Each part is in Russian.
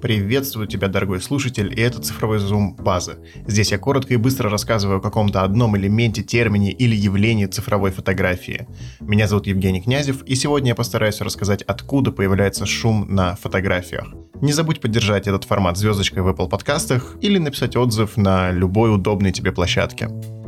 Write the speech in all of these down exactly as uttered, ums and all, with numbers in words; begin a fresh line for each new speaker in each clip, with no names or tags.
Приветствую тебя, дорогой слушатель, и это цифровой зум базы. Здесь я коротко и быстро рассказываю о каком-то одном элементе, термине или явлении цифровой фотографии. Меня зовут Евгений Князев, и сегодня я постараюсь рассказать, откуда появляется шум на фотографиях. Не забудь поддержать этот формат звездочкой в Apple подкастах или написать отзыв на любой удобной тебе площадке.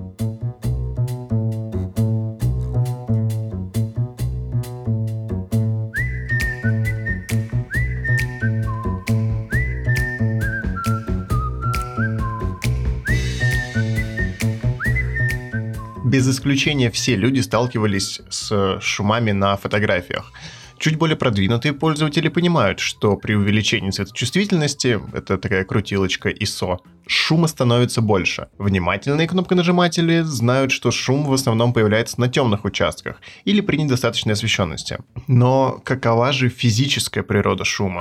Без исключения все люди сталкивались с шумами на фотографиях. Чуть более продвинутые пользователи понимают, что при увеличении цветочувствительности, это такая крутилочка ай эс о, шума становится больше. Внимательные кнопконажиматели знают, что шум в основном появляется на темных участках или при недостаточной освещенности. Но какова же физическая природа шума?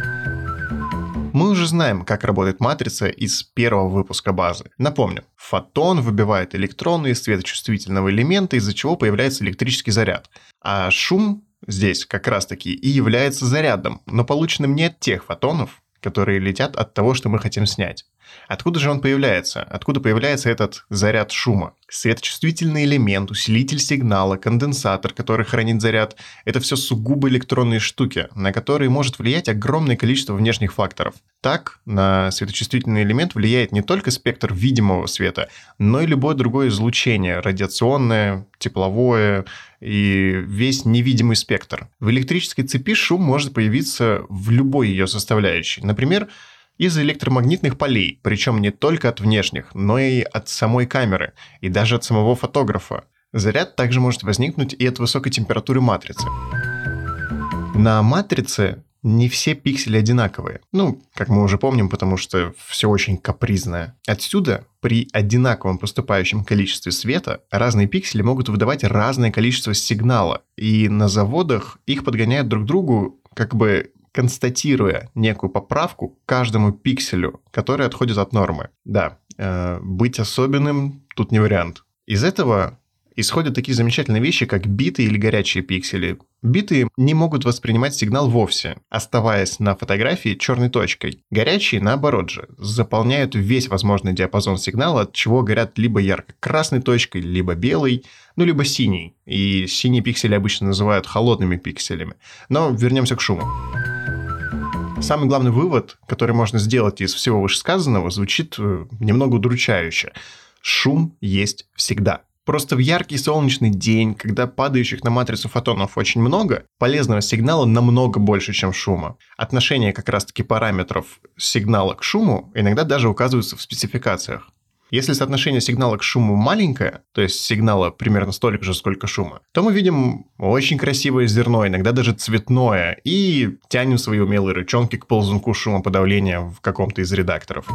Мы уже знаем, как работает матрица из первого выпуска базы. Напомню, фотон выбивает электроны из светочувствительного элемента, из-за чего появляется электрический заряд. А шум здесь как раз-таки и является зарядом, но полученным не от тех фотонов, которые летят от того, что мы хотим снять. Откуда же он появляется? Откуда появляется этот заряд шума? Светочувствительный элемент, усилитель сигнала, конденсатор, который хранит заряд – это все сугубо электронные штуки, на которые может влиять огромное количество внешних факторов. Так, на светочувствительный элемент влияет не только спектр видимого света, но и любое другое излучение – радиационное, тепловое и весь невидимый спектр. В электрической цепи шум может появиться в любой ее составляющей. Например, из электромагнитных полей, причем не только от внешних, но и от самой камеры, и даже от самого фотографа. Заряд также может возникнуть и от высокой температуры матрицы. На матрице не все пиксели одинаковые. Ну, как мы уже помним, потому что все очень капризное. Отсюда, при одинаковом поступающем количестве света, разные пиксели могут выдавать разное количество сигнала, и на заводах их подгоняют друг к другу, как бы констатируя некую поправку к каждому пикселю, который отходит от нормы. Да, э, быть особенным тут не вариант. Из этого исходят такие замечательные вещи, как битые или горячие пиксели. Битые не могут воспринимать сигнал вовсе, оставаясь на фотографии черной точкой. Горячие, наоборот же, заполняют весь возможный диапазон сигнала, от чего горят либо ярко-красной точкой, либо белой, ну либо синей. И синие пиксели обычно называют холодными пикселями. Но вернемся к шуму. Самый главный вывод, который можно сделать из всего вышесказанного, звучит немного удручающе. Шум есть всегда. Просто в яркий солнечный день, когда падающих на матрицу фотонов очень много, полезного сигнала намного больше, чем шума. Отношение как раз-таки параметров сигнала к шуму иногда даже указываются в спецификациях. Если соотношение сигнала к шуму маленькое, то есть сигнала примерно столько же, сколько шума, то мы видим очень красивое зерно, иногда даже цветное, и тянем свои умелые рычонки к ползунку шумоподавления в каком-то из редакторов.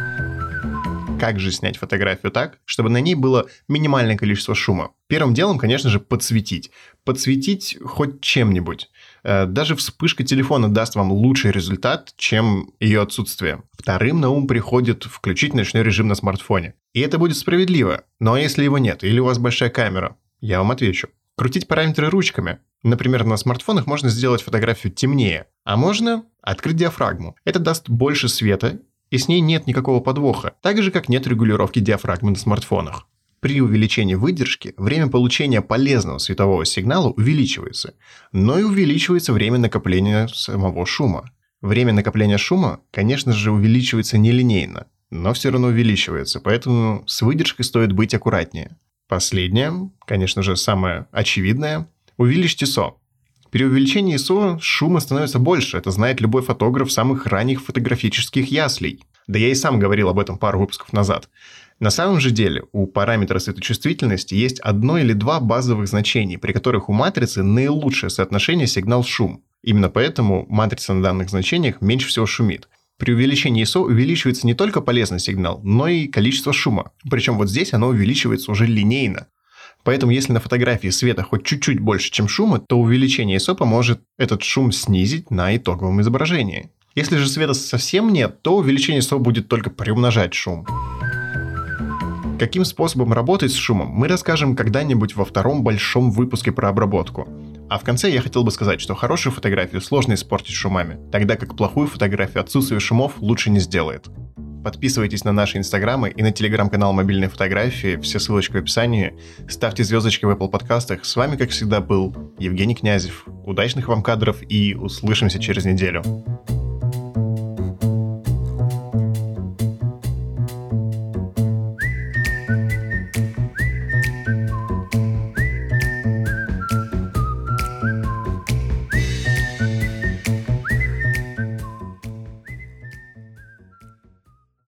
Как же снять фотографию так, чтобы на ней было минимальное количество шума? Первым делом, конечно же, подсветить. Подсветить хоть чем-нибудь. Даже вспышка телефона даст вам лучший результат, чем ее отсутствие. Вторым на ум приходит включить ночной режим на смартфоне. И это будет справедливо. Но если его нет, или у вас большая камера, я вам отвечу. Крутить параметры ручками. Например, на смартфонах можно сделать фотографию темнее, а можно открыть диафрагму. Это даст больше света, и с ней нет никакого подвоха, так же, как нет регулировки диафрагмы на смартфонах. При увеличении выдержки время получения полезного светового сигнала увеличивается, но и увеличивается время накопления самого шума. Время накопления шума, конечно же, увеличивается нелинейно, но все равно увеличивается, поэтому с выдержкой стоит быть аккуратнее. Последнее, конечно же, самое очевидное – увеличьте ай эс о. При увеличении ай эс о шума становится больше, это знает любой фотограф самых ранних фотографических яслей. Да я и сам говорил об этом пару выпусков назад. На самом же деле у параметра светочувствительности есть одно или два базовых значений, при которых у матрицы наилучшее соотношение сигнал-шум. Именно поэтому матрица на данных значениях меньше всего шумит. При увеличении ай эс о увеличивается не только полезный сигнал, но и количество шума. Причем вот здесь оно увеличивается уже линейно. Поэтому если на фотографии света хоть чуть-чуть больше, чем шума, то увеличение ай эс о поможет этот шум снизить на итоговом изображении. Если же света совсем нет, то увеличение ай эс о будет только приумножать шум. Каким способом работать с шумом, мы расскажем когда-нибудь во втором большом выпуске про обработку. А в конце я хотел бы сказать, что хорошую фотографию сложно испортить шумами, тогда как плохую фотографию отсутствие шумов лучше не сделает. Подписывайтесь на наши инстаграмы и на телеграм-канал «Мобильные фотографии», все ссылочки в описании. Ставьте звездочки в Apple подкастах. С вами, как всегда, был Евгений Князев. Удачных вам кадров и услышимся через неделю.